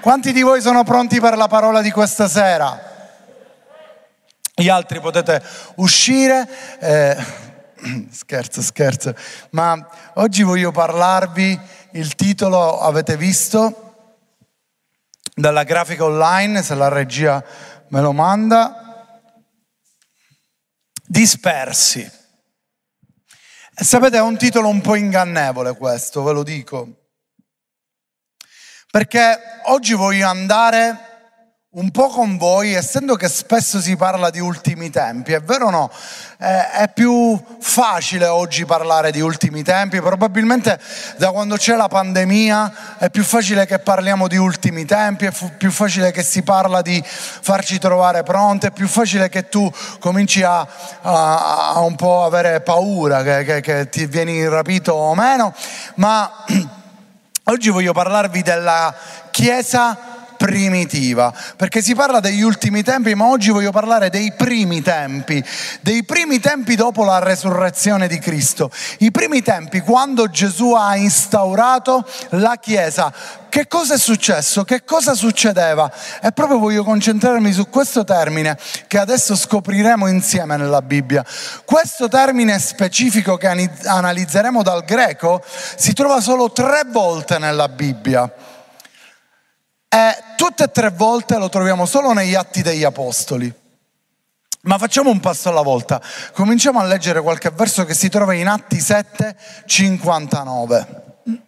Quanti di voi sono pronti per la parola di questa sera? Gli altri potete uscire. Scherzo, ma oggi voglio parlarvi, il titolo avete visto dalla grafica online, se la regia me lo manda, dispersi. E sapete, è un titolo un po' ingannevole questo, ve lo dico, perché oggi voglio andare un po' con voi, essendo che spesso si parla di ultimi tempi, è vero o no? È più facile oggi parlare di ultimi tempi, probabilmente da quando c'è la pandemia è più facile che parliamo di ultimi tempi, è più facile che si parla di farci trovare pronti, è più facile che tu cominci a un po' avere paura che ti vieni rapito o meno, ma oggi voglio parlarvi della Chiesa primitiva, perché si parla degli ultimi tempi, ma oggi voglio parlare dei primi tempi dopo la resurrezione di Cristo, i primi tempi quando Gesù ha instaurato la Chiesa. Che cosa è successo? Che cosa succedeva? E proprio voglio concentrarmi su questo termine che adesso scopriremo insieme nella Bibbia. Questo termine specifico che analizzeremo dal greco si trova solo 3 volte nella Bibbia. E tutte e 3 volte lo troviamo solo negli Atti degli Apostoli. Ma facciamo un passo alla volta. Cominciamo a leggere qualche verso che si trova in Atti 7, 59.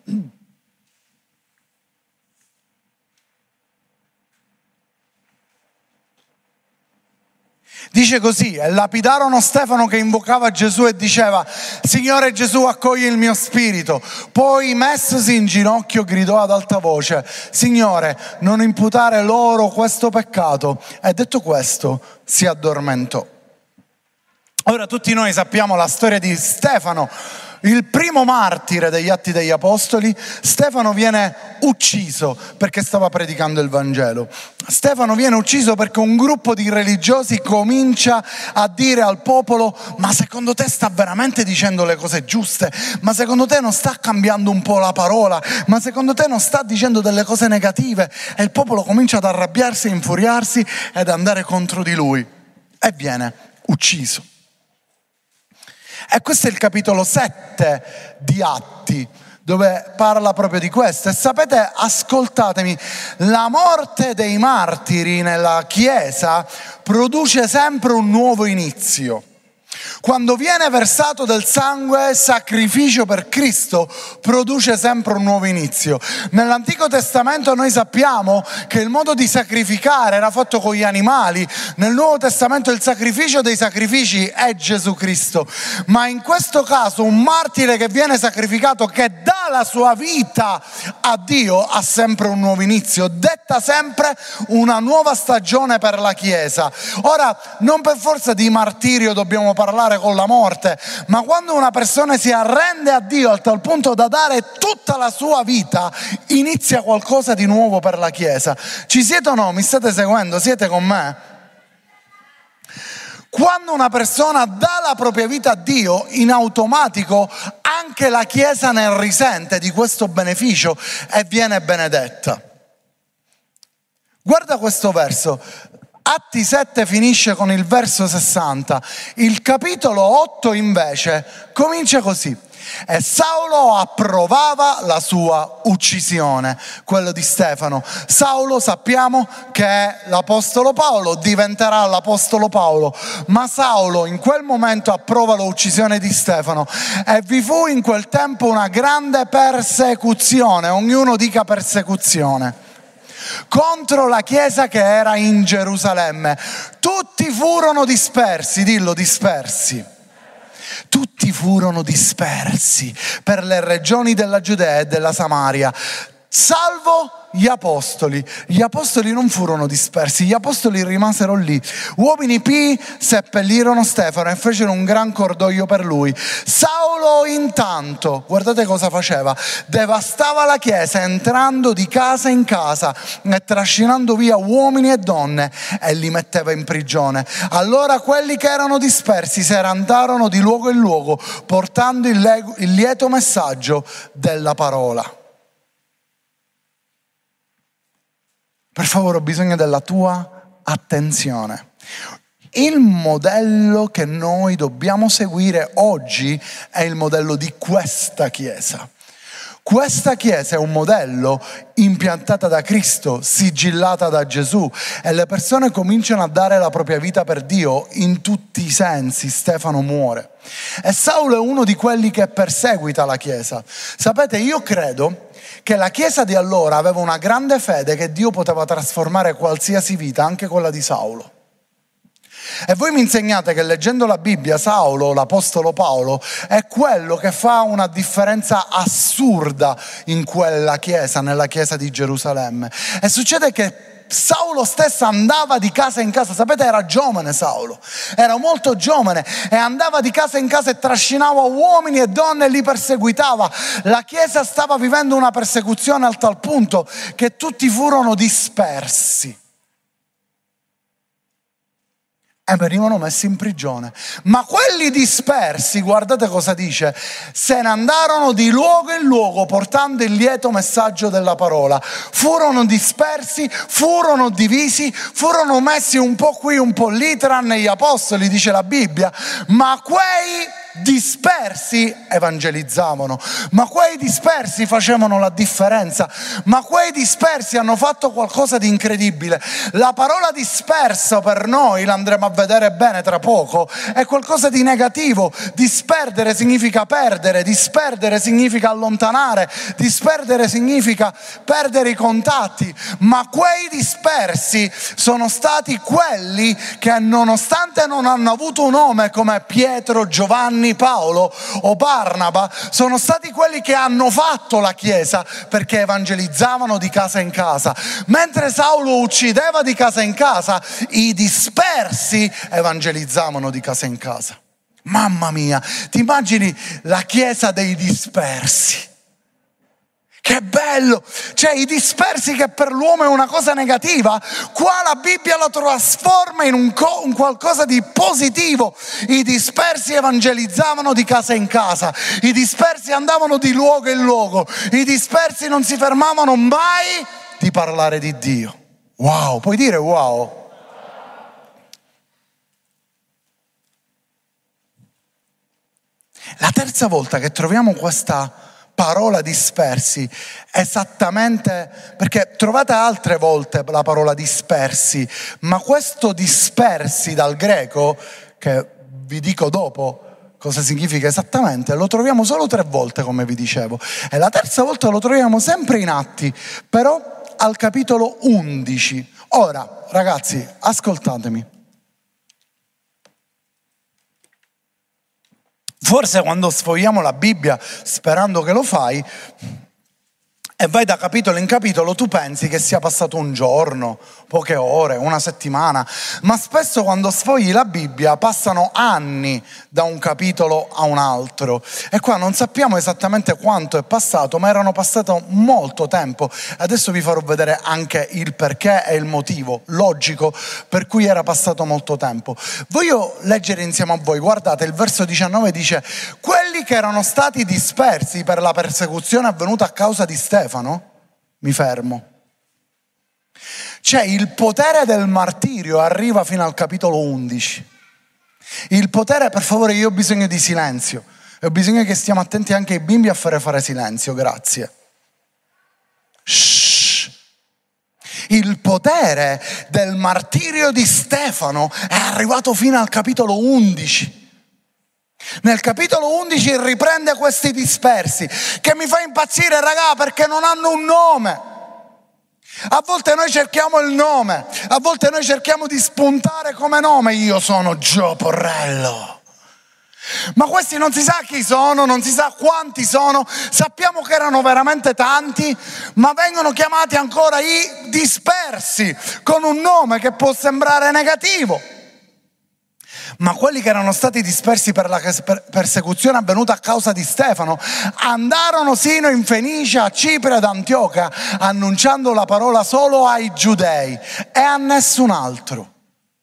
Dice così: e lapidarono Stefano che invocava Gesù e diceva: Signore Gesù, accogli il mio spirito. Poi messosi in ginocchio gridò ad alta voce: Signore, non imputare loro questo peccato. E detto questo si addormentò. Ora tutti noi sappiamo la storia di Stefano, il primo martire degli Atti degli Apostoli. Stefano viene ucciso perché stava predicando il Vangelo. Stefano viene ucciso perché un gruppo di religiosi comincia a dire al popolo: ma secondo te sta veramente dicendo le cose giuste? Ma secondo te non sta cambiando un po' la parola? Ma secondo te non sta dicendo delle cose negative? E il popolo comincia ad arrabbiarsi, infuriarsi ed andare contro di lui e viene ucciso. E questo è il capitolo 7 di Atti, dove parla proprio di questo. E sapete, ascoltatemi, la morte dei martiri nella Chiesa produce sempre un nuovo inizio. Quando viene versato del sangue, sacrificio per Cristo, produce sempre un nuovo inizio. Nell'Antico Testamento noi sappiamo che il modo di sacrificare era fatto con gli animali. Nel Nuovo Testamento il sacrificio dei sacrifici è Gesù Cristo. Ma in questo caso un martire che viene sacrificato, che dà la sua vita a Dio, ha sempre un nuovo inizio, detta sempre una nuova stagione per la Chiesa. Ora, non per forza di martirio dobbiamo parlare con la morte, ma quando una persona si arrende a Dio al tal punto da dare tutta la sua vita, inizia qualcosa di nuovo per la Chiesa. Ci siete o no? Mi state seguendo? Siete con me? Quando una persona dà la propria vita a Dio, in automatico anche la Chiesa ne risente di questo beneficio e viene benedetta. Guarda questo verso. Atti 7 finisce con il verso 60, il capitolo 8 invece comincia così: e Saulo approvava la sua uccisione, quello di Stefano. Saulo sappiamo che è l'apostolo Paolo, diventerà l'apostolo Paolo, ma Saulo in quel momento approva l'uccisione di Stefano e vi fu in quel tempo una grande persecuzione, ognuno dica persecuzione, contro la Chiesa che era in Gerusalemme. Tutti furono dispersi, dillo dispersi. Tutti furono dispersi per le regioni della Giudea e della Samaria, salvo gli apostoli. Gli apostoli non furono dispersi, gli apostoli rimasero lì. Uomini pii seppellirono Stefano e fecero un gran cordoglio per lui. Saulo intanto, guardate cosa faceva, devastava la chiesa entrando di casa in casa e trascinando via uomini e donne e li metteva in prigione. Allora quelli che erano dispersi se ne andarono di luogo in luogo portando il lieto messaggio della parola. Per favore, ho bisogno della tua attenzione. Il modello che noi dobbiamo seguire oggi è il modello di questa Chiesa. Questa Chiesa è un modello impiantata da Cristo, sigillata da Gesù, e le persone cominciano a dare la propria vita per Dio in tutti i sensi. Stefano muore e Saulo è uno di quelli che perseguita la Chiesa. Sapete, io credo che la Chiesa di allora aveva una grande fede che Dio poteva trasformare qualsiasi vita, anche quella di Saulo. E voi mi insegnate che leggendo la Bibbia, Saulo, l'apostolo Paolo, è quello che fa una differenza assurda in quella chiesa, nella chiesa di Gerusalemme. E succede che Saulo stesso andava di casa in casa. Sapete, era giovane Saulo, era molto giovane, e andava di casa in casa e trascinava uomini e donne e li perseguitava. La chiesa stava vivendo una persecuzione al tal punto che tutti furono dispersi e venivano messi in prigione. Ma quelli dispersi, guardate cosa dice, se ne andarono di luogo in luogo portando il lieto messaggio della parola. Furono dispersi, furono divisi, furono messi un po' qui, un po' lì, tranne gli apostoli, dice la Bibbia, ma quei dispersi evangelizzavano, ma quei dispersi facevano la differenza, ma quei dispersi hanno fatto qualcosa di incredibile. La parola disperso per noi, l'andremo a vedere bene tra poco, è qualcosa di negativo. Disperdere significa perdere, disperdere significa allontanare, disperdere significa perdere i contatti, ma quei dispersi sono stati quelli che, nonostante non hanno avuto un nome come Pietro, Giovanni, Paolo o Barnaba, sono stati quelli che hanno fatto la Chiesa, perché evangelizzavano di casa in casa. Mentre Saulo uccideva di casa in casa, i dispersi evangelizzavano di casa in casa. Mamma mia, ti immagini la Chiesa dei dispersi? Che bello! Cioè, i dispersi, che per l'uomo è una cosa negativa, qua la Bibbia la trasforma in un qualcosa di positivo. I dispersi evangelizzavano di casa in casa, i dispersi andavano di luogo in luogo, i dispersi non si fermavano mai di parlare di Dio. Wow, puoi dire wow? La terza volta che troviamo questa parola dispersi, esattamente, perché trovate altre volte la parola dispersi, ma questo dispersi dal greco, che vi dico dopo cosa significa esattamente, lo troviamo solo 3 volte, come vi dicevo, e la terza volta lo troviamo sempre in Atti, però al capitolo 11. Ora, ragazzi, ascoltatemi. Forse quando sfogliamo la Bibbia, sperando che lo fai, e vai da capitolo in capitolo, tu pensi che sia passato un giorno, poche ore, una settimana, ma spesso quando sfogli la Bibbia passano anni da un capitolo a un altro, e qua non sappiamo esattamente quanto è passato, ma erano passato molto tempo. Adesso vi farò vedere anche il perché e il motivo logico per cui era passato molto tempo. Voglio leggere insieme a voi, guardate, il verso 19 dice: quelli che erano stati dispersi per la persecuzione avvenuta a causa di Stefano. Mi fermo. C'è il potere del martirio, arriva fino al capitolo 11. Il potere, per favore, io ho bisogno di silenzio. E ho bisogno che stiamo attenti anche ai bimbi a fare silenzio, grazie. Shh. Il potere del martirio di Stefano è arrivato fino al capitolo 11. Nel capitolo 11 riprende questi dispersi, che mi fa impazzire, raga, perché non hanno un nome. A volte noi cerchiamo il nome, a volte noi cerchiamo di spuntare come nome. Io sono Gio Porrello. Ma questi non si sa chi sono, non si sa quanti sono, sappiamo che erano veramente tanti, ma vengono chiamati ancora i dispersi, con un nome che può sembrare negativo. Ma quelli che erano stati dispersi per la persecuzione avvenuta a causa di Stefano andarono sino in Fenicia, a Cipre ed Antiochia, annunciando la parola solo ai giudei e a nessun altro.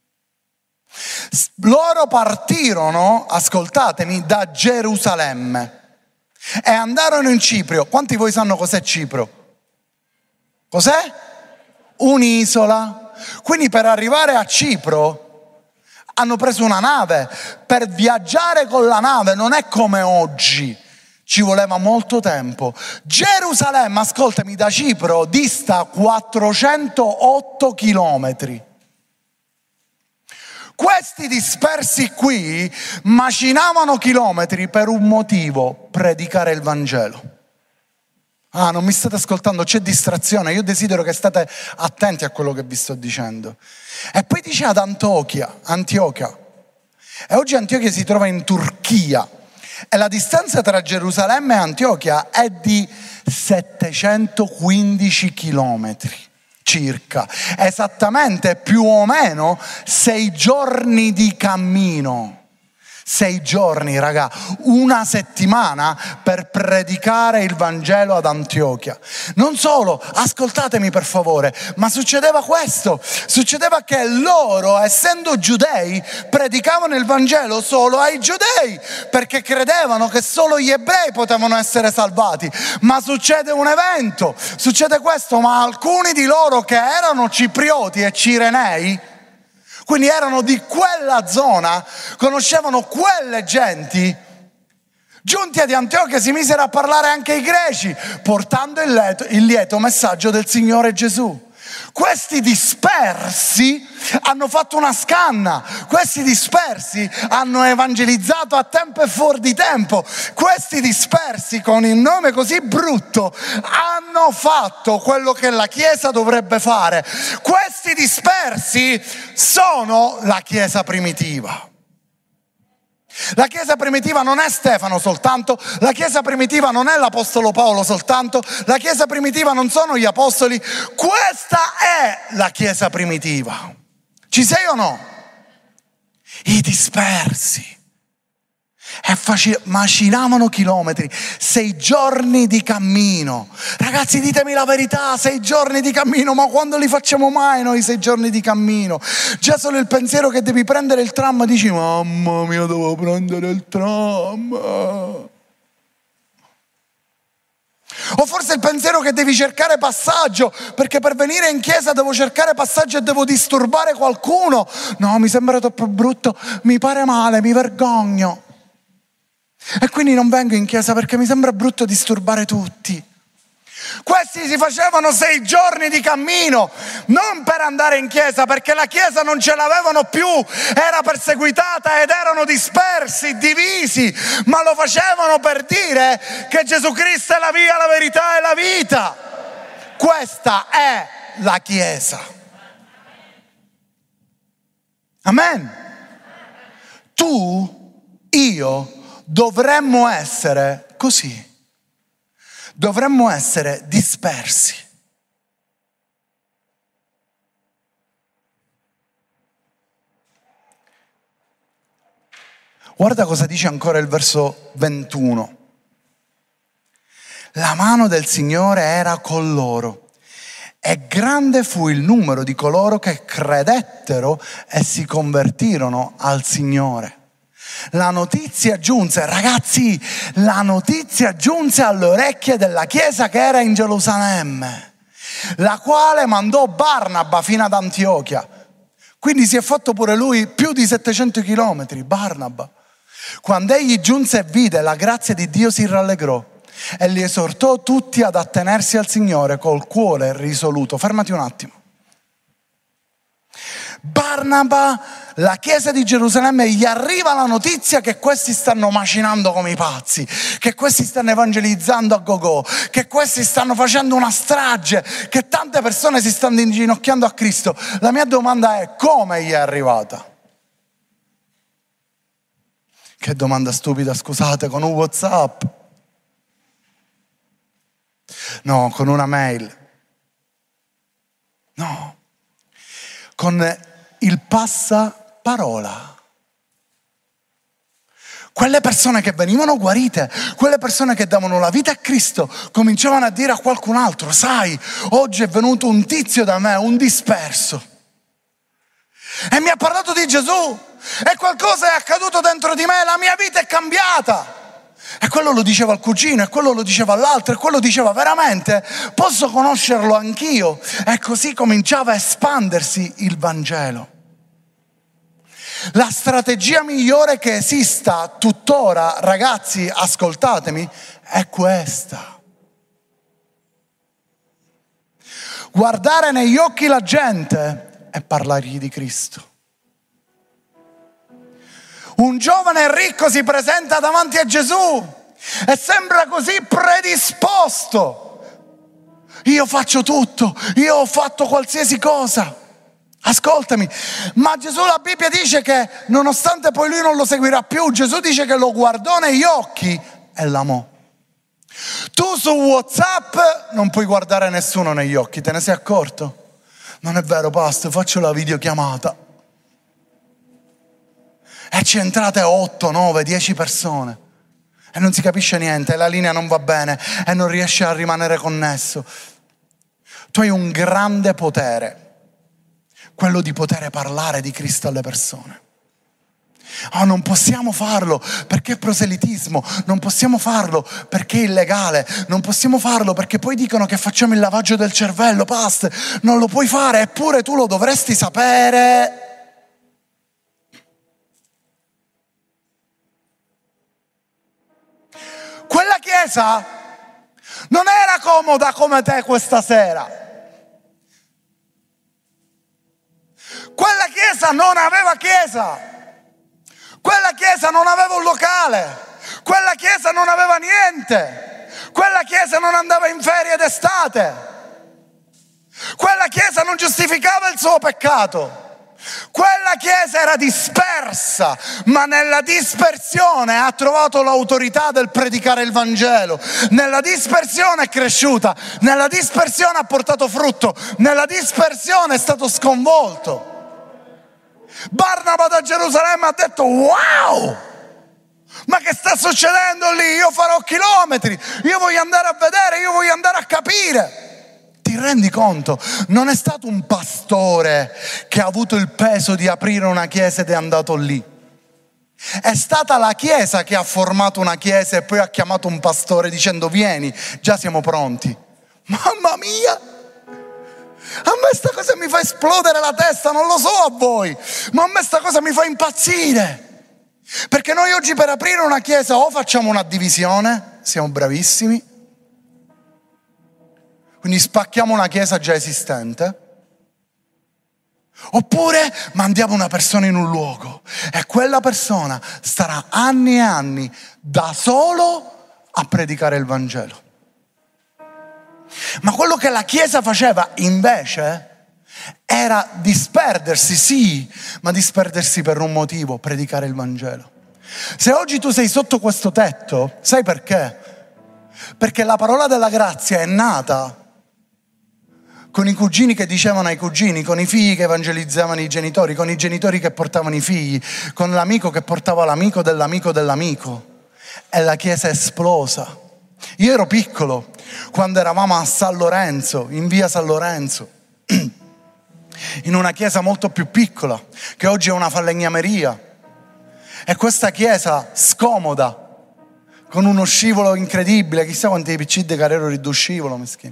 Loro partirono, ascoltatemi, da Gerusalemme e andarono in Cipro. Quanti di voi sanno cos'è Cipro? Cos'è? un'isola. Quindi per arrivare a Cipro hanno preso una nave. Per viaggiare con la nave non è come oggi, ci voleva molto tempo. Gerusalemme, ascoltami, da Cipro dista 408 chilometri. Questi dispersi qui macinavano chilometri per un motivo: predicare il Vangelo. Ah, non mi state ascoltando, c'è distrazione. Io desidero che state attenti a quello che vi sto dicendo. E poi dice ad Antiochia. E oggi Antiochia si trova in Turchia. E la distanza tra Gerusalemme e Antiochia è di 715 chilometri. Circa, esattamente più o meno 6 giorni di cammino. 6 giorni, raga, una settimana per predicare il Vangelo ad Antiochia. Non solo, ascoltatemi per favore, ma succedeva questo: succedeva che loro, essendo giudei, predicavano il Vangelo solo ai giudei, perché credevano che solo gli ebrei potevano essere salvati. Ma succede un evento, succede questo: ma alcuni di loro che erano ciprioti e cirenei, quindi erano di quella zona, conoscevano quelle genti, giunti ad Antiochia si misero a parlare anche ai greci, portando il lieto messaggio del Signore Gesù. Questi dispersi hanno fatto una scanna, questi dispersi hanno evangelizzato a tempo e fuori di tempo, questi dispersi con il nome così brutto hanno fatto quello che la Chiesa dovrebbe fare. Questi dispersi sono la Chiesa primitiva. La Chiesa primitiva non è Stefano soltanto, la Chiesa primitiva non è l'Apostolo Paolo soltanto, la Chiesa primitiva non sono gli Apostoli, questa è la Chiesa primitiva. Ci sei o no? I dispersi. E macinavano chilometri, 6 giorni di cammino. Ragazzi, ditemi la verità, 6 giorni di cammino, ma quando li facciamo mai noi 6 giorni di cammino? Già solo il pensiero che devi prendere il tram, dici: mamma mia, devo prendere il tram. O forse il pensiero che devi cercare passaggio, perché per venire in chiesa devo cercare passaggio e devo disturbare qualcuno. No, mi sembra troppo brutto, mi pare male, mi vergogno. E quindi non vengo in chiesa perché mi sembra brutto disturbare tutti. Questi si facevano 6 giorni di cammino, non per andare in chiesa, perché la chiesa non ce l'avevano più, era perseguitata ed erano dispersi, divisi, ma lo facevano per dire che Gesù Cristo è la via, la verità e la vita. Questa è la chiesa. Amen. Tu, io, dovremmo essere così. Dovremmo essere dispersi. Guarda cosa dice ancora il verso 21. La mano del Signore era con loro e grande fu il numero di coloro che credettero e si convertirono al Signore. La notizia giunse, ragazzi, la notizia giunse alle orecchie della chiesa che era in Gerusalemme, la quale mandò Barnaba fino ad Antiochia. Quindi si è fatto pure lui più di 700 chilometri, Barnaba. Quando egli giunse e vide la grazia di Dio, si rallegrò e li esortò tutti ad attenersi al Signore col cuore risoluto. Fermati un attimo. Barnaba, la chiesa di Gerusalemme, gli arriva la notizia che questi stanno macinando come i pazzi, che questi stanno evangelizzando a go-go, che questi stanno facendo una strage, che tante persone si stanno inginocchiando a Cristo. La mia domanda è: come gli è arrivata? Che domanda stupida, scusate, con un WhatsApp? No, con una mail. No, con il passaparola. Quelle persone che venivano guarite, quelle persone che davano la vita a Cristo, cominciavano a dire a qualcun altro: sai, oggi è venuto un tizio da me, un disperso, e mi ha parlato di Gesù, e qualcosa è accaduto dentro di me, la mia vita è cambiata. E quello lo diceva al cugino, e quello lo diceva all'altro, e quello diceva: veramente posso conoscerlo anch'io? E così cominciava a espandersi il Vangelo. La strategia migliore che esista tuttora, ragazzi, ascoltatemi, è questa: guardare negli occhi la gente e parlargli di Cristo. Un giovane ricco si presenta davanti a Gesù e sembra così predisposto. Io faccio tutto, io ho fatto qualsiasi cosa. Ascoltami, ma Gesù, la Bibbia dice che nonostante poi lui non lo seguirà più, Gesù dice che lo guardò negli occhi e l'amò. Tu su WhatsApp non puoi guardare nessuno negli occhi, te ne sei accorto? Non è vero, pastor, faccio la videochiamata e ci entrate 8, 9, 10 persone e non si capisce niente, e la linea non va bene e non riesci a rimanere connesso. Tu hai un grande potere, quello di poter parlare di Cristo alle persone. Non possiamo farlo perché è proselitismo, non possiamo farlo perché è illegale, non possiamo farlo perché poi dicono che facciamo il lavaggio del cervello. Pastor, non lo puoi fare, eppure tu lo dovresti sapere. Quella chiesa non era comoda come te questa sera. Quella chiesa non aveva chiesa. Quella chiesa non aveva un locale. Quella chiesa non aveva niente. Quella chiesa non andava in ferie d'estate. Quella chiesa non giustificava il suo peccato. Quella chiesa era dispersa, ma nella dispersione ha trovato l'autorità del predicare il Vangelo. Nella dispersione è cresciuta, nella dispersione ha portato frutto, nella dispersione è stato sconvolto. Barnaba da Gerusalemme ha detto: wow, ma che sta succedendo lì? Io farò chilometri, io voglio andare a vedere, io voglio andare a capire. Ti rendi conto? Non è stato un pastore che ha avuto il peso di aprire una chiesa ed è andato lì. È stata la chiesa che ha formato una chiesa e poi ha chiamato un pastore dicendo: vieni, già siamo pronti. Mamma mia! A me sta cosa mi fa esplodere la testa, non lo so a voi, ma a me sta cosa mi fa impazzire. Perché noi oggi per aprire una chiesa o facciamo una divisione, siamo bravissimi, quindi spacchiamo una chiesa già esistente, oppure mandiamo una persona in un luogo e quella persona starà anni e anni da solo a predicare il Vangelo. Ma quello che la Chiesa faceva invece era disperdersi, sì, ma disperdersi per un motivo: predicare il Vangelo. Se oggi tu sei sotto questo tetto, sai perché? Perché la parola della grazia è nata con i cugini che dicevano ai cugini, con i figli che evangelizzavano i genitori, con i genitori che portavano i figli, con l'amico che portava l'amico dell'amico dell'amico. E la Chiesa è esplosa. Io ero piccolo quando eravamo a San Lorenzo, in via San Lorenzo, in una chiesa molto più piccola, che oggi è una falegnameria. E questa chiesa scomoda, con uno scivolo incredibile, chissà quanti PC di Carrero ridù scivolo, meschino.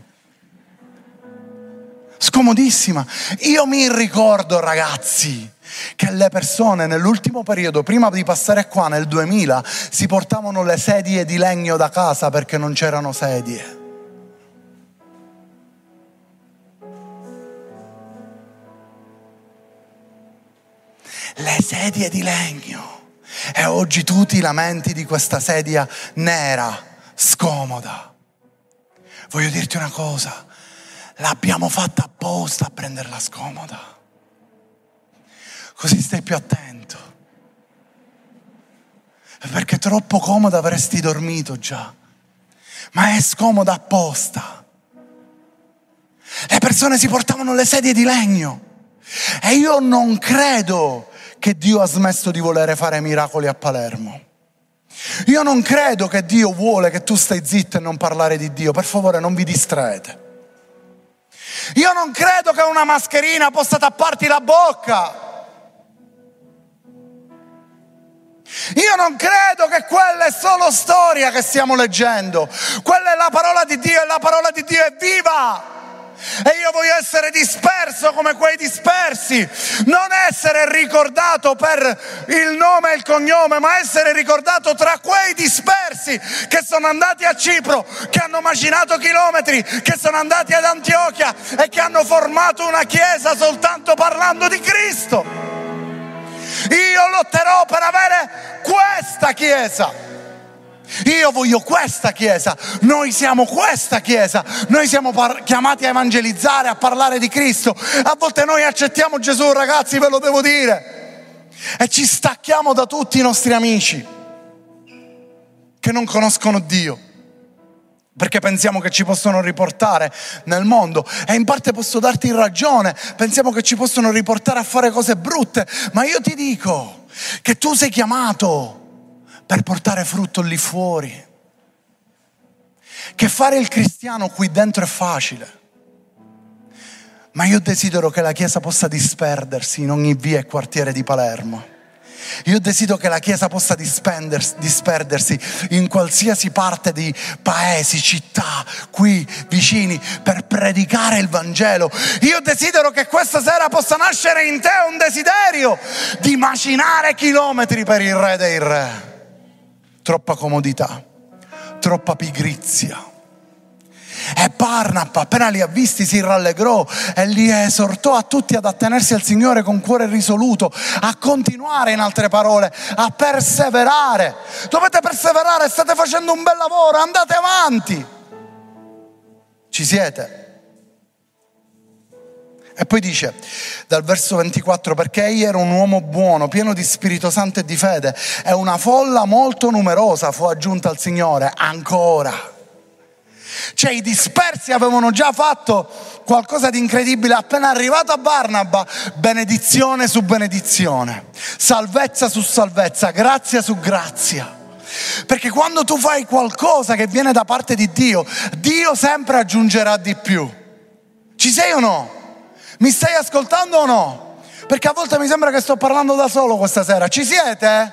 Scomodissima. Io mi ricordo, ragazzi, che le persone nell'ultimo periodo, prima di passare qua nel 2000, si portavano le sedie di legno da casa perché non c'erano sedie. Le sedie di legno. E oggi tu ti lamenti di questa sedia nera, scomoda. Voglio dirti una cosa: l'abbiamo fatta apposta a prenderla scomoda, così stai più attento, perché troppo comoda avresti dormito già, ma è scomoda apposta. Le persone si portavano le sedie di legno e io non credo che Dio ha smesso di volere fare miracoli a Palermo. Io non credo che Dio vuole che tu stai zitto e non parlare di Dio. Per favore, non vi distraete. Io non credo che una mascherina possa tapparti la bocca. Io non credo che quella è solo storia che stiamo leggendo. Quella è la parola di Dio e la parola di Dio è viva. E io voglio essere disperso come quei dispersi, non essere ricordato per il nome e il cognome, ma essere ricordato tra quei dispersi che sono andati a Cipro, che hanno macinato chilometri, che sono andati ad Antiochia e che hanno formato una chiesa soltanto parlando di Cristo. Io lotterò per avere questa chiesa. Io voglio questa chiesa, noi siamo questa chiesa, noi siamo chiamati a evangelizzare, a parlare di Cristo. A volte noi accettiamo Gesù, ragazzi, ve lo devo dire, e ci stacchiamo da tutti i nostri amici che non conoscono Dio, perché pensiamo che ci possono riportare nel mondo, e in parte posso darti ragione, pensiamo che ci possono riportare a fare cose brutte, ma io ti dico che tu sei chiamato per portare frutto lì fuori, che fare il cristiano qui dentro è facile, ma io desidero che la Chiesa possa disperdersi in ogni via e quartiere di Palermo. Io desidero che la Chiesa possa disperdersi in qualsiasi parte di paesi, città, qui vicini, per predicare il Vangelo. Io desidero che questa sera possa nascere in te un desiderio di macinare chilometri per il Re dei Re. Troppa comodità, troppa pigrizia. E Barnaba, appena li ha visti, si rallegrò e li esortò a tutti ad attenersi al Signore con cuore risoluto, a continuare, in altre parole, a perseverare. Dovete perseverare, state facendo un bel lavoro, andate avanti. Ci siete? E poi dice, dal verso 24, perché egli era un uomo buono, pieno di Spirito Santo e di fede, e una folla molto numerosa fu aggiunta al Signore ancora. Cioè i dispersi avevano già fatto qualcosa di incredibile. Appena arrivato a Barnaba, benedizione su benedizione, salvezza su salvezza, grazia su grazia. Perché quando tu fai qualcosa che viene da parte di Dio, Dio sempre aggiungerà di più. Ci sei o no? Mi stai ascoltando o no? Perché a volte mi sembra che sto parlando da solo questa sera. Ci siete?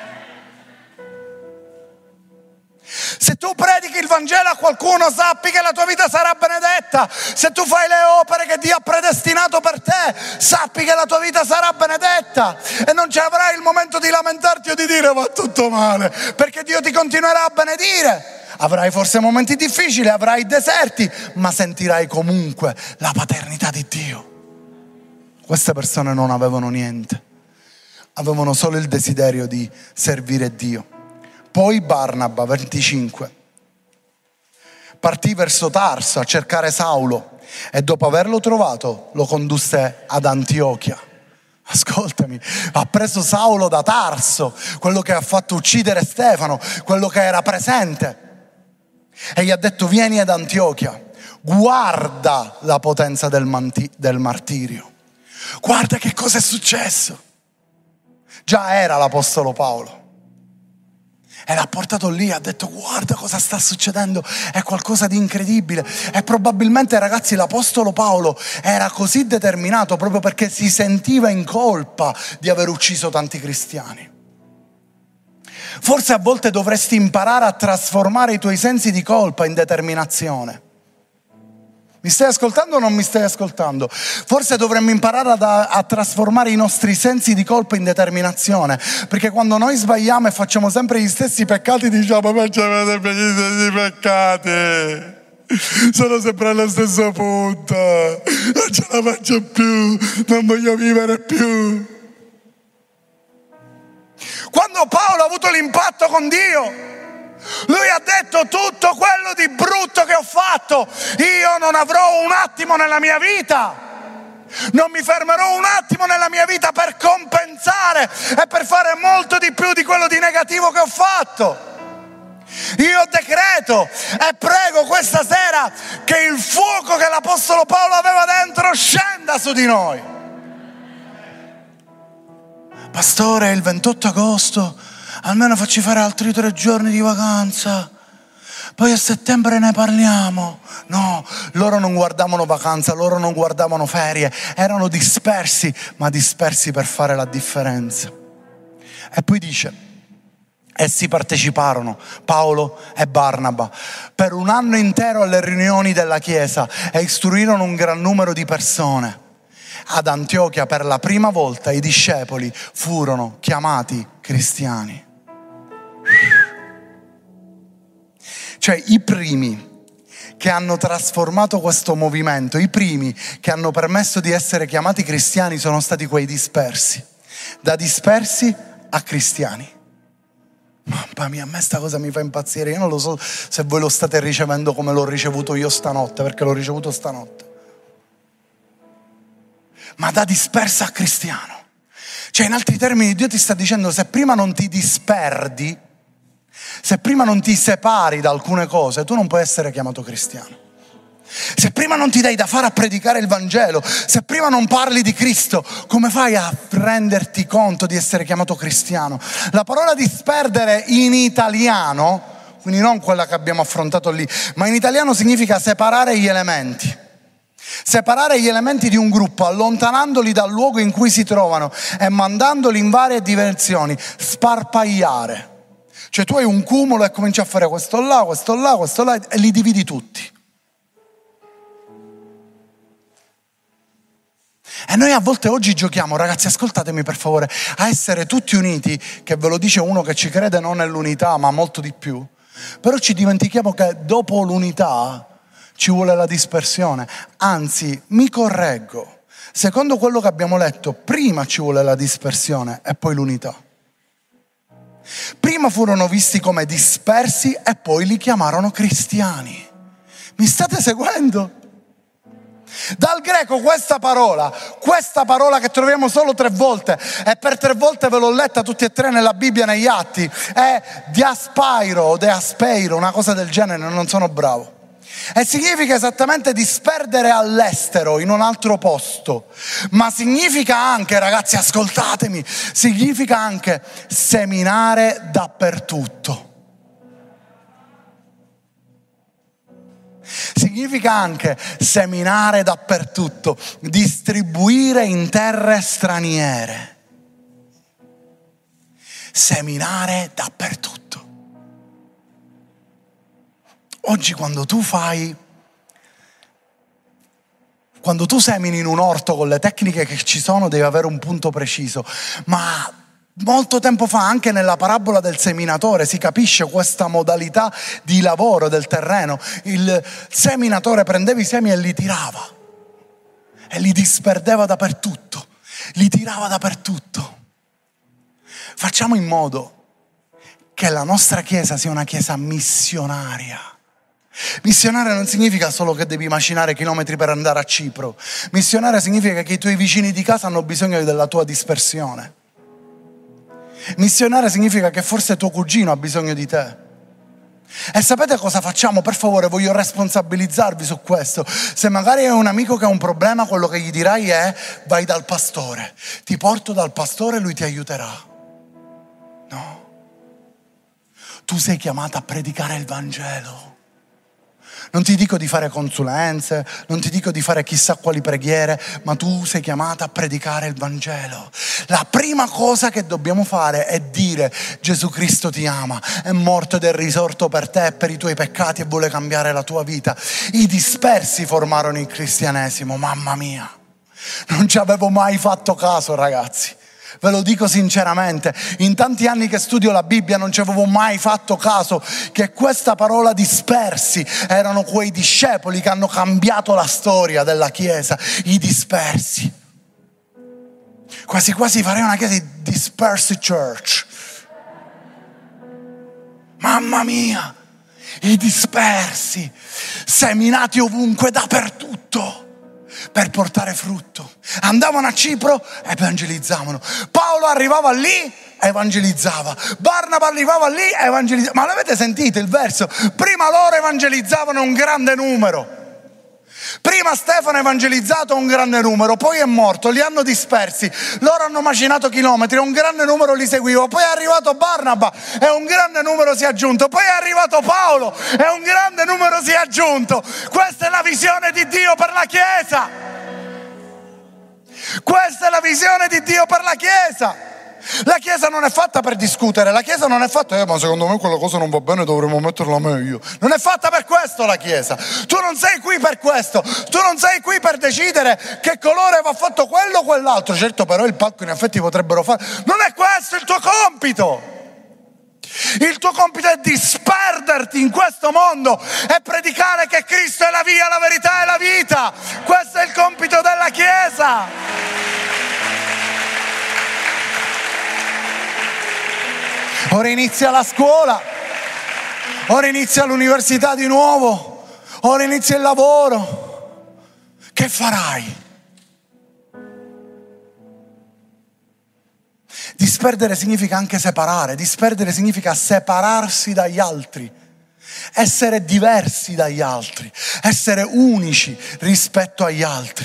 Se tu predichi il Vangelo a qualcuno, sappi che la tua vita sarà benedetta. Se tu fai le opere che Dio ha predestinato per te, sappi che la tua vita sarà benedetta. E non ci avrai il momento di lamentarti o di dire va tutto male, perché Dio ti continuerà a benedire. Avrai forse momenti difficili, avrai deserti, ma sentirai comunque la paternità di Dio. Queste persone non avevano niente, avevano solo il desiderio di servire Dio. Poi Barnaba, 25, partì verso Tarso a cercare Saulo e dopo averlo trovato lo condusse ad Antiochia. Ascoltami, ha preso Saulo da Tarso, quello che ha fatto uccidere Stefano, quello che era presente, e gli ha detto vieni ad Antiochia, guarda la potenza del martirio, guarda che cosa è successo. Già era l'apostolo Paolo e l'ha portato lì, ha detto guarda cosa sta succedendo, è qualcosa di incredibile. E probabilmente, ragazzi, l'apostolo Paolo era così determinato proprio perché si sentiva in colpa di aver ucciso tanti cristiani. Forse a volte dovresti imparare a trasformare i tuoi sensi di colpa in determinazione. Mi stai ascoltando o non mi stai ascoltando? Forse dovremmo imparare a trasformare i nostri sensi di colpa in determinazione, perché quando noi sbagliamo e facciamo sempre gli stessi peccati diciamo ma c'è sempre gli stessi peccati, sono sempre allo stesso punto, non ce la faccio più, non voglio vivere più. Quando Paolo ha avuto l'impatto con Dio, lui ha detto tutto quello di brutto che ho fatto, io non avrò un attimo nella mia vita, non mi fermerò un attimo nella mia vita per compensare e per fare molto di più di quello di negativo che ho fatto. Io decreto e prego questa sera che il fuoco che l'apostolo Paolo aveva dentro scenda su di noi. Pastore, il 28 agosto almeno facci fare altri 3 giorni di vacanza, poi a settembre ne parliamo. No, loro non guardavano vacanza, loro non guardavano ferie, erano dispersi, ma dispersi per fare la differenza. E poi dice, Essi parteciparono, Paolo e Barnaba, per un anno intero alle riunioni della Chiesa e istruirono un gran numero di persone. Ad Antiochia per la prima volta i discepoli furono chiamati cristiani. Cioè i primi che hanno trasformato questo movimento, i primi che hanno permesso di essere chiamati cristiani sono stati quei dispersi. Da dispersi a cristiani. Mamma mia, a me sta cosa mi fa impazzire. Io non lo so se voi lo state ricevendo come l'ho ricevuto io stanotte, perché l'ho ricevuto stanotte. Ma da dispersa a cristiano. Cioè, in altri termini, Dio ti sta dicendo: se prima non ti disperdi, se prima non ti separi da alcune cose, tu non puoi essere chiamato cristiano. Se prima non ti dai da fare a predicare il Vangelo, se prima non parli di Cristo, come fai a renderti conto di essere chiamato cristiano? La parola disperdere in italiano, quindi non quella che abbiamo affrontato lì, ma in italiano significa separare gli elementi. Separare gli elementi di un gruppo, allontanandoli dal luogo in cui si trovano e mandandoli in varie direzioni, sparpagliare. Cioè tu hai un cumulo e cominci a fare questo là e li dividi tutti. E noi a volte oggi giochiamo, ragazzi, ascoltatemi per favore, a essere tutti uniti, che ve lo dice uno che ci crede non nell'unità ma molto di più, però ci dimentichiamo che dopo l'unità ci vuole la dispersione. Anzi, mi correggo, secondo quello che abbiamo letto, prima ci vuole la dispersione e poi l'unità. Prima furono visti come dispersi e poi li chiamarono cristiani. Mi state seguendo? Dal greco questa parola che troviamo solo 3 volte, e per 3 volte ve l'ho letta tutti e 3 nella Bibbia, negli Atti, è diaspairo o deaspeiro, una cosa del genere, non sono bravo. E significa esattamente disperdere all'estero, in un altro posto, ma significa anche, ragazzi ascoltatemi, significa anche seminare dappertutto. Significa anche seminare dappertutto, distribuire in terre straniere. Seminare dappertutto. Oggi quando tu semini in un orto con le tecniche che ci sono, devi avere un punto preciso, ma molto tempo fa, anche nella parabola del seminatore, si capisce questa modalità di lavoro del terreno. Il seminatore prendeva i semi e li tirava e li disperdeva dappertutto, li tirava dappertutto. Facciamo in modo che la nostra chiesa sia una chiesa missionaria. Missionaria non significa solo che devi macinare chilometri per andare a Cipro. Missionaria significa che i tuoi vicini di casa hanno bisogno della tua dispersione. Missionaria significa che forse tuo cugino ha bisogno di te. E sapete cosa facciamo? Per favore, voglio responsabilizzarvi su questo. Se magari hai un amico che ha un problema, quello che gli dirai è: vai dal pastore, ti porto dal pastore e lui ti aiuterà. No. Tu sei chiamata a predicare il Vangelo. Non ti dico di fare consulenze, non ti dico di fare chissà quali preghiere, ma tu sei chiamata a predicare il Vangelo. La prima cosa che dobbiamo fare è dire: Gesù Cristo ti ama, è morto ed è risorto per te e per i tuoi peccati e vuole cambiare la tua vita. I dispersi formarono il cristianesimo, mamma mia. Non ci avevo mai fatto caso, ragazzi. Ve lo dico sinceramente, in tanti anni che studio la Bibbia non ci avevo mai fatto caso che questa parola dispersi erano quei discepoli che hanno cambiato la storia della Chiesa, i dispersi. Quasi quasi farei una chiesa di dispersi church. Mamma mia, i dispersi, seminati ovunque, dappertutto, per portare frutto. Andavano a Cipro, evangelizzavano. Paolo arrivava lì, evangelizzava. Barnaba arrivava lì, evangelizzava. Ma l'avete sentito il verso? Prima loro evangelizzavano un grande numero. Prima Stefano ha evangelizzato un grande numero, poi è morto, li hanno dispersi, loro hanno macinato chilometri, un grande numero li seguiva, poi è arrivato Barnaba e un grande numero si è aggiunto, poi è arrivato Paolo e un grande numero si è aggiunto. Questa è la visione di Dio per la Chiesa. Questa è la visione di Dio per la Chiesa. La Chiesa non è fatta per discutere, la Chiesa non è fatta, ma secondo me quella cosa non va bene, dovremmo metterla meglio. Non è fatta per questo la Chiesa. Tu non sei qui per questo, tu non sei qui per decidere che colore va fatto quello o quell'altro. Certo, però il palco in effetti potrebbero fare. Non è questo il tuo compito. Il tuo compito è disperderti in questo mondo e predicare che Cristo è la via, la verità e la vita. Questo è il compito della Chiesa. Ora inizia la scuola, ora inizia l'università di nuovo, ora inizia il lavoro. Che farai? Disperdere significa anche separare, disperdere significa separarsi dagli altri, essere diversi dagli altri, essere unici rispetto agli altri.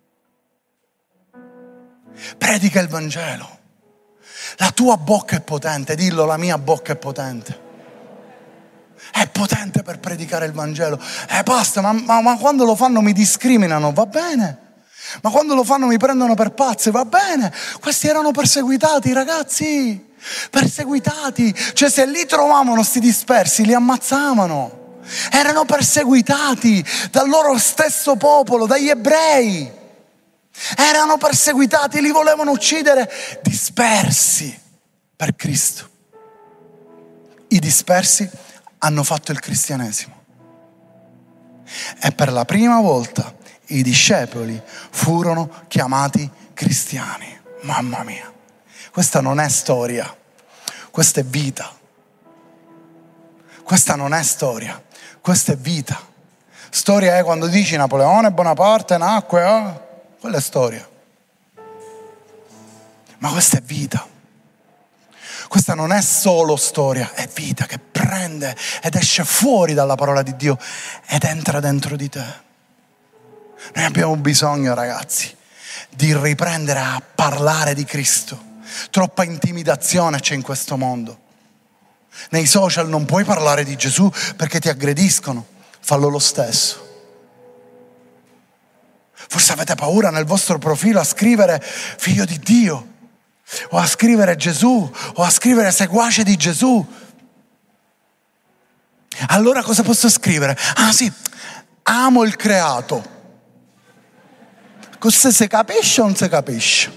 Predica il Vangelo. La tua bocca è potente, dillo, la mia bocca è potente. È potente per predicare il Vangelo. Basta, ma quando lo fanno mi discriminano, va bene. Ma quando lo fanno mi prendono per pazzi, va bene. Questi erano perseguitati, ragazzi. Perseguitati. Cioè, se li trovavano sti dispersi, li ammazzavano. Erano perseguitati dal loro stesso popolo, dagli ebrei. Erano perseguitati, li volevano uccidere, dispersi per Cristo. I dispersi hanno fatto il cristianesimo. E per la prima volta i discepoli furono chiamati cristiani. Mamma mia, questa non è storia, questa è vita. Questa non è storia, questa è vita. Storia è quando dici Napoleone Bonaparte nacque, quella è storia. Ma questa è vita. Questa non è solo storia, è vita che prende ed esce fuori dalla parola di Dio ed entra dentro di te. Noi abbiamo bisogno, ragazzi, di riprendere a parlare di Cristo. Troppa intimidazione c'è in questo mondo. Nei social non puoi parlare di Gesù perché ti aggrediscono. Fallo lo stesso. Forse avete paura nel vostro profilo a scrivere figlio di Dio, o a scrivere Gesù, o a scrivere seguace di Gesù. Allora cosa posso scrivere? Ah sì, amo il creato. Così si capisce o non si capisce?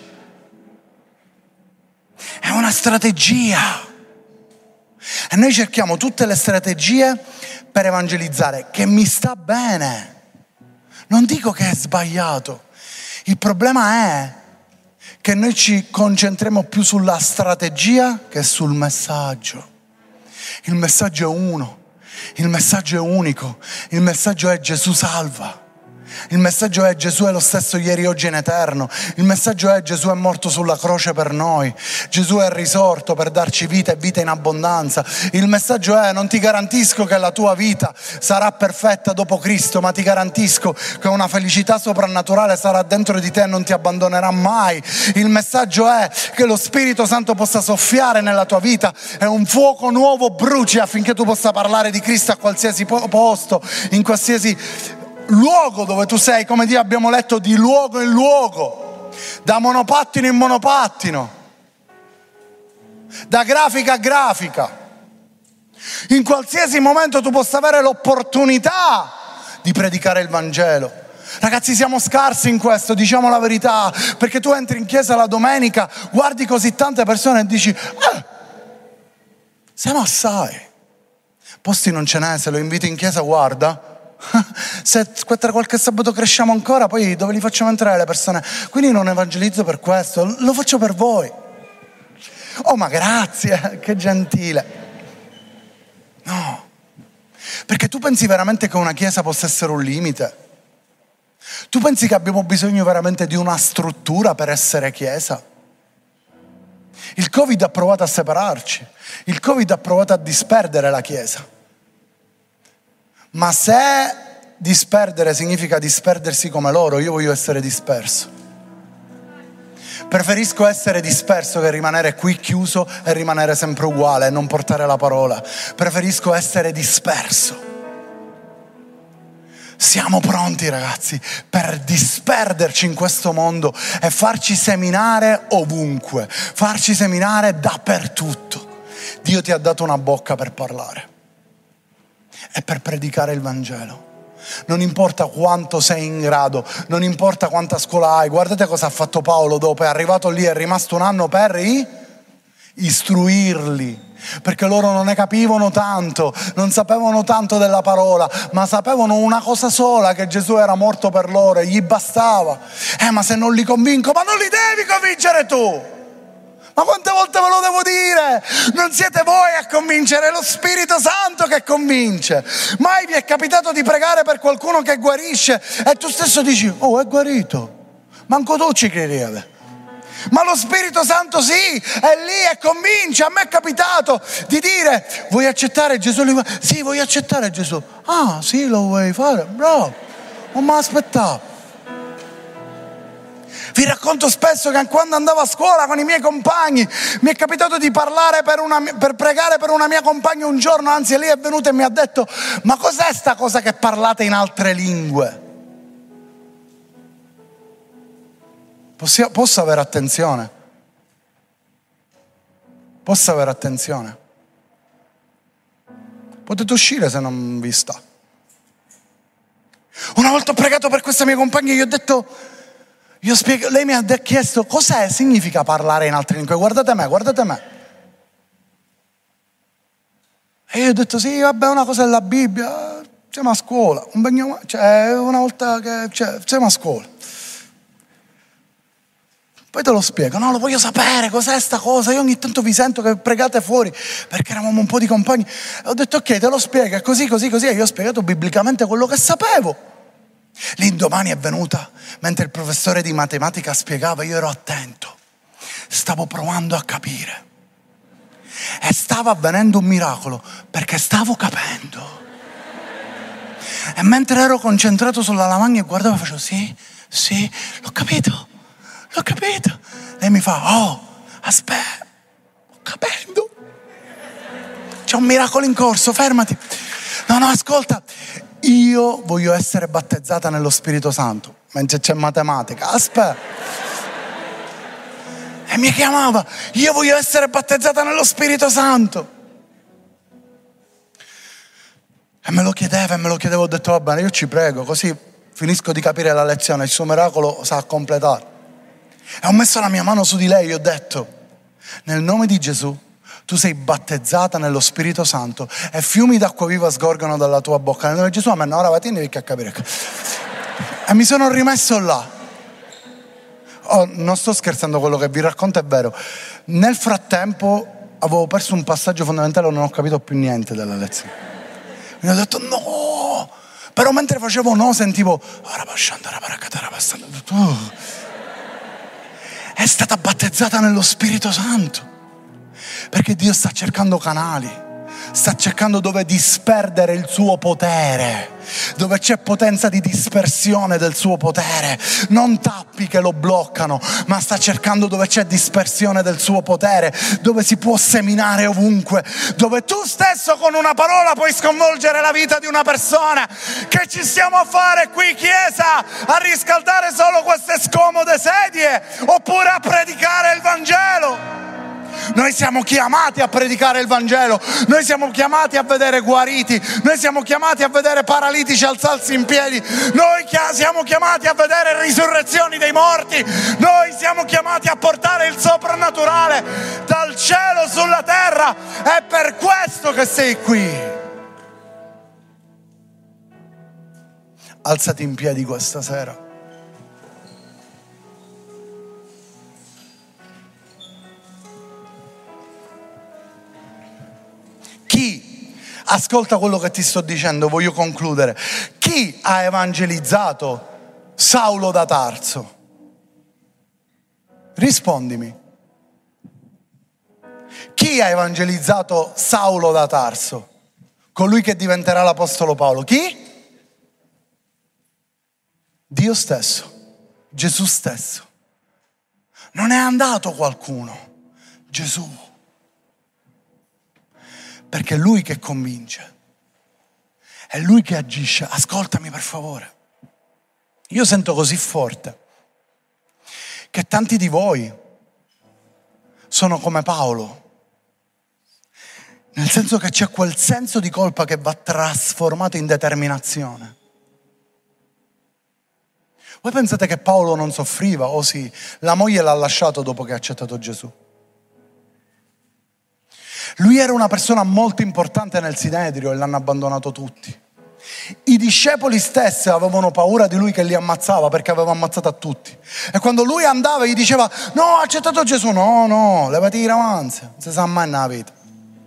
È una strategia. E noi cerchiamo tutte le strategie per evangelizzare, che mi sta bene. Non dico che è sbagliato. Il problema è che noi ci concentriamo più sulla strategia che sul messaggio. Il messaggio è uno, il messaggio è unico, il messaggio è Gesù salva. Il messaggio è Gesù è lo stesso ieri, oggi e in eterno. Il messaggio è Gesù è morto sulla croce per noi. Gesù è risorto per darci vita e vita in abbondanza. Il messaggio è non ti garantisco che la tua vita sarà perfetta dopo Cristo, ma ti garantisco che una felicità soprannaturale sarà dentro di te e non ti abbandonerà mai. Il messaggio è che lo Spirito Santo possa soffiare nella tua vita e un fuoco nuovo bruci affinché tu possa parlare di Cristo a qualsiasi posto, in qualsiasi luogo dove tu sei, come Dio abbiamo letto, di luogo in luogo, da monopattino in monopattino, da grafica a grafica. In qualsiasi momento tu possa avere l'opportunità di predicare il Vangelo. Ragazzi, siamo scarsi in questo, diciamo la verità, perché tu entri in chiesa la domenica, guardi così tante persone e dici siamo assai. Posti non ce n'è, se lo inviti in chiesa guarda. Se tra qualche sabato cresciamo ancora, poi dove li facciamo entrare le persone? Quindi non evangelizzo per questo, lo faccio per voi. Oh, ma grazie, che gentile. No, perché tu pensi veramente che una chiesa possa essere un limite? Tu pensi che abbiamo bisogno veramente di una struttura per essere chiesa? Il Covid ha provato a separarci, il Covid ha provato a disperdere la chiesa. Ma se disperdere significa disperdersi come loro, io voglio essere disperso. Preferisco essere disperso che rimanere qui chiuso e rimanere sempre uguale e non portare la parola. Preferisco essere disperso. Siamo pronti, ragazzi, per disperderci in questo mondo e farci seminare ovunque, farci seminare dappertutto. Dio ti ha dato una bocca per parlare e per predicare il Vangelo. Non importa quanto sei in grado, non importa quanta scuola hai. Guardate cosa ha fatto Paolo dopo, è arrivato lì, è rimasto un anno per istruirli, perché loro non ne capivano tanto, non sapevano tanto della parola, ma sapevano una cosa sola, che Gesù era morto per loro e gli bastava. Ma se non li convinco, ma non li devi convincere tu. Ma quante volte ve lo devo dire? Non siete voi a convincere, è lo Spirito Santo che convince. Mai vi è capitato di pregare per qualcuno che guarisce e tu stesso dici: oh, è guarito? Manco tu ci credevi. Ma lo Spirito Santo sì, è lì e convince. A me è capitato di dire: vuoi accettare Gesù? Sì, voglio accettare Gesù. Ah, sì, lo vuoi fare? Bravo, non mi aspettavo. Vi racconto spesso che quando andavo a scuola con i miei compagni mi è capitato di parlare per pregare per una mia compagna un giorno, anzi lei è venuta e mi ha detto: ma cos'è sta cosa che parlate in altre lingue? Posso avere attenzione? Posso avere attenzione? Potete uscire se non vi sta. Una volta ho pregato per questa mia compagna e gli ho detto, lei mi ha chiesto cos'è, significa parlare in altre lingue. Guardate me. E io ho detto: sì, vabbè, una cosa è la Bibbia, siamo a scuola, una volta che siamo a scuola. Poi te lo spiego. No, lo voglio sapere, cos'è sta cosa? Io ogni tanto vi sento che pregate fuori, perché eravamo un po' di compagni. E ho detto: ok, te lo spiego, è così. E io ho spiegato biblicamente quello che sapevo. L'indomani è venuta, mentre il professore di matematica spiegava, io ero attento, stavo provando a capire. E stava avvenendo un miracolo, perché stavo capendo. E mentre ero concentrato sulla lavagna e guardavo, facevo: sì, l'ho capito. Lei mi fa: oh, aspetta, sto capendo. C'è un miracolo in corso, fermati. No, ascolta, io voglio essere battezzata nello Spirito Santo, mentre c'è matematica. Aspetta. E mi chiamava: io voglio essere battezzata nello Spirito Santo. E me lo chiedevo, ho detto: va bene, io ci prego, così finisco di capire la lezione, il suo miracolo sa completare. E ho messo la mia mano su di lei e ho detto: nel nome di Gesù, tu sei battezzata nello Spirito Santo e fiumi d'acqua viva sgorgano dalla tua bocca. Nel nome di Gesù, amen. Ora va, tieni a capire. E mi sono rimesso là. Oh, non sto scherzando, quello che vi racconto è vero. Nel frattempo avevo perso un passaggio fondamentale, non ho capito più niente della lezione. Mi ho detto: no! Però mentre facevo no, sentivo: è stata battezzata nello Spirito Santo, perché Dio sta cercando canali, sta cercando dove disperdere il suo potere, dove c'è potenza di dispersione del suo potere, non tappi che lo bloccano, ma sta cercando dove c'è dispersione del suo potere, dove si può seminare ovunque, dove tu stesso con una parola puoi sconvolgere la vita di una persona. Che ci stiamo a fare qui, Chiesa? A riscaldare solo queste scomode sedie oppure a predicare il Vangelo? Noi siamo chiamati a predicare il Vangelo, noi siamo chiamati a vedere guariti, noi siamo chiamati a vedere paralitici alzarsi in piedi, noi siamo chiamati a vedere risurrezioni dei morti, noi siamo chiamati a portare il soprannaturale dal cielo sulla terra. È per questo che sei qui. Alzati in piedi questa sera. Chi, ascolta quello che ti sto dicendo, voglio concludere. Chi ha evangelizzato Saulo da Tarso? Rispondimi. Chi ha evangelizzato Saulo da Tarso? Colui che diventerà l'apostolo Paolo. Chi? Dio stesso, Gesù stesso. Non è andato qualcuno, Gesù. Perché è Lui che convince, È Lui che agisce. Ascoltami per favore. Io sento così forte che tanti di voi sono come Paolo, nel senso che c'è quel senso di colpa che va trasformato in determinazione. Voi pensate che Paolo non soffriva? Oh sì, la moglie l'ha lasciato dopo che ha accettato Gesù. Lui era una persona molto importante nel Sinedrio e l'hanno abbandonato tutti. I discepoli stessi avevano paura di lui che li ammazzava perché aveva ammazzato a tutti. E quando lui andava gli diceva: no, ho accettato Gesù. No, levati i ramanzi, non si sa mai nella vita.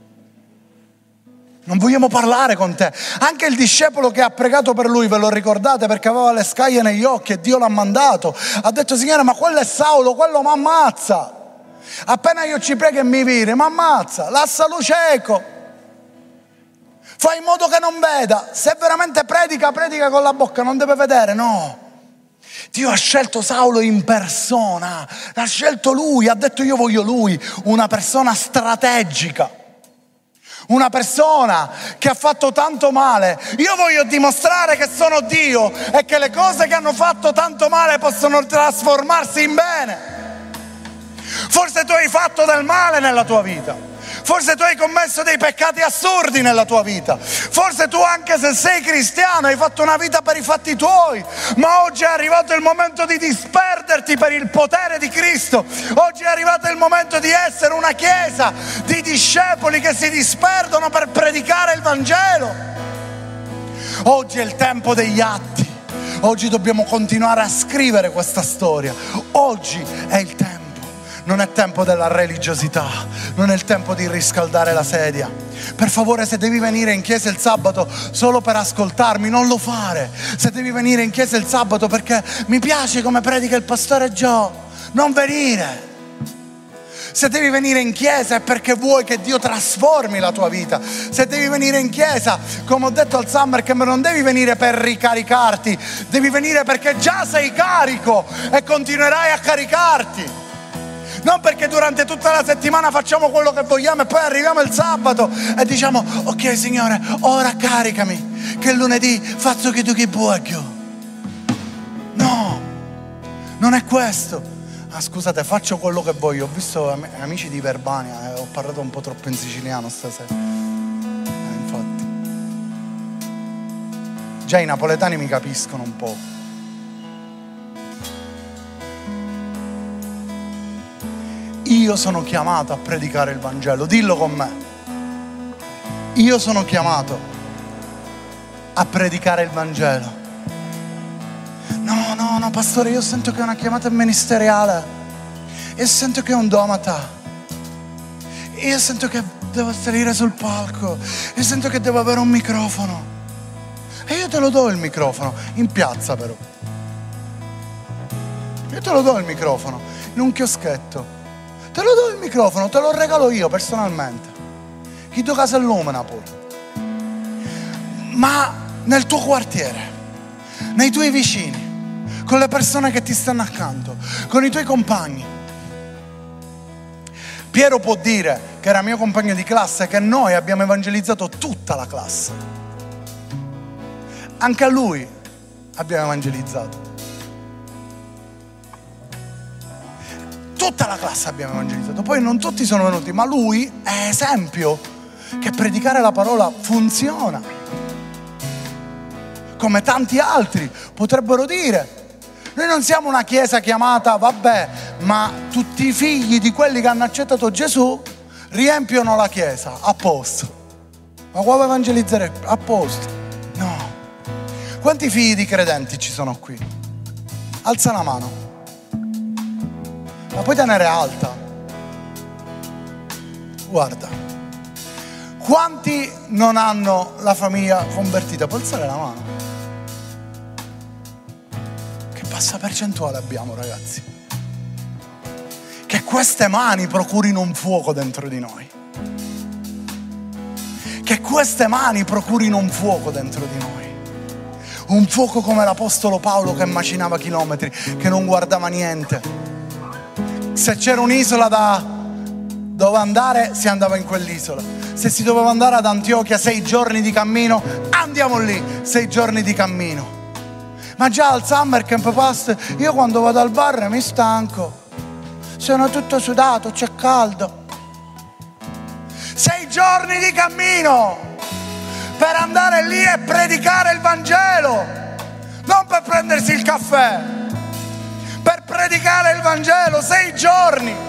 Non vogliamo parlare con te. Anche il discepolo che ha pregato per lui, ve lo ricordate, perché aveva le scaglie negli occhi e Dio l'ha mandato, ha detto: Signore, ma quello è Saulo, quello mi ammazza. Appena io ci prego e mi vire, mi ammazza, lascialo cieco. Fai in modo che non veda. Se veramente predica con la bocca, non deve vedere, no. Dio ha scelto Saulo in persona, l'ha scelto lui, ha detto: io voglio lui, una persona strategica, una persona che ha fatto tanto male. Io voglio dimostrare che sono Dio e che le cose che hanno fatto tanto male possono trasformarsi in bene. Forse tu hai fatto del male nella tua vita, forse tu hai commesso dei peccati assurdi nella tua vita, forse tu, anche se sei cristiano, hai fatto una vita per i fatti tuoi, ma oggi è arrivato il momento di disperderti per il potere di Cristo. Oggi è arrivato il momento di essere una chiesa di discepoli che si disperdono per predicare il Vangelo. Oggi è il tempo degli atti. Oggi dobbiamo continuare a scrivere questa storia. Oggi è il tempo. Non è tempo della religiosità, non è il tempo di riscaldare la sedia. Per favore, se devi venire in chiesa il sabato solo per ascoltarmi, non lo fare. Se devi venire in chiesa il sabato perché mi piace come predica il pastore Joe, non venire. Se devi venire in chiesa è perché vuoi che Dio trasformi la tua vita. Se devi venire in chiesa, come ho detto al Summer Camp, non devi venire per ricaricarti, devi venire perché già sei carico e continuerai a caricarti. Non perché durante tutta la settimana facciamo quello che vogliamo e poi arriviamo il sabato e diciamo: ok Signore, ora caricami, che lunedì faccio che tu chi voglio. No, non è questo. Scusate, faccio quello che voglio. Ho visto amici di Verbania e ho parlato un po' troppo in siciliano stasera. Infatti già i napoletani mi capiscono un po'. Io sono chiamato a predicare il Vangelo. Dillo con me. Io sono chiamato a predicare il Vangelo. No, pastore, io sento che è una chiamata ministeriale. Io sento che è un domata. Io sento che devo salire sul palco. Io sento che devo avere un microfono. E io te lo do il microfono, in piazza però. Io te lo do il microfono, in un chioschetto. Te lo do il microfono, te lo regalo io personalmente. Chi tu casa illumina pure. Ma nel tuo quartiere, nei tuoi vicini, con le persone che ti stanno accanto, con i tuoi compagni. Piero può dire, che era mio compagno di classe, che noi abbiamo evangelizzato tutta la classe. Anche a lui abbiamo evangelizzato. Tutta la classe abbiamo evangelizzato. Poi non tutti sono venuti, ma lui è esempio che predicare la parola funziona. Come tanti altri potrebbero dire: noi non siamo una chiesa chiamata, vabbè, ma tutti i figli di quelli che hanno accettato Gesù riempiono la chiesa, a posto. Ma qua vuoi evangelizzare? A posto. No. Quanti figli di credenti ci sono qui? Alza la mano. La puoi tenere alta. Guarda. Quanti non hanno la famiglia convertita? Puoi alzare la mano. Che bassa percentuale abbiamo, ragazzi? Che queste mani procurino un fuoco dentro di noi. Che queste mani procurino un fuoco dentro di noi. Un fuoco come l'apostolo Paolo che macinava chilometri, che non guardava niente. Se c'era un'isola da doveva andare, si andava in quell'isola. Se si doveva andare ad Antiochia 6 giorni di cammino, andiamo lì, 6 giorni di cammino. Ma già al Summer Camp Pass, io quando vado al bar mi stanco, sono tutto sudato, c'è caldo. 6 giorni di cammino per andare lì e predicare il Vangelo, non per prendersi il caffè, per predicare il Vangelo. 6 giorni.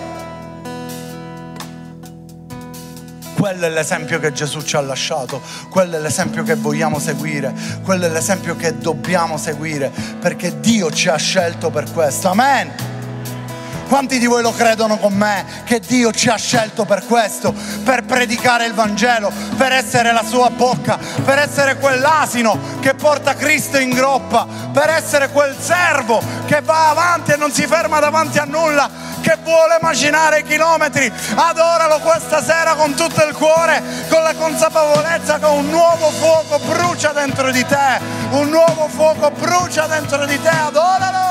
Quello è l'esempio che Gesù ci ha lasciato, quello è l'esempio che vogliamo seguire, quello è l'esempio che dobbiamo seguire, perché Dio ci ha scelto per questo. Amen. Quanti di voi lo credono con me, che Dio ci ha scelto per questo, per predicare il Vangelo, per essere la sua bocca, per essere quell'asino che porta Cristo in groppa, per essere quel servo che va avanti e non si ferma davanti a nulla, che vuole macinare i chilometri. Adoralo questa sera con tutto il cuore, con la consapevolezza che un nuovo fuoco brucia dentro di te, un nuovo fuoco brucia dentro di te. Adoralo.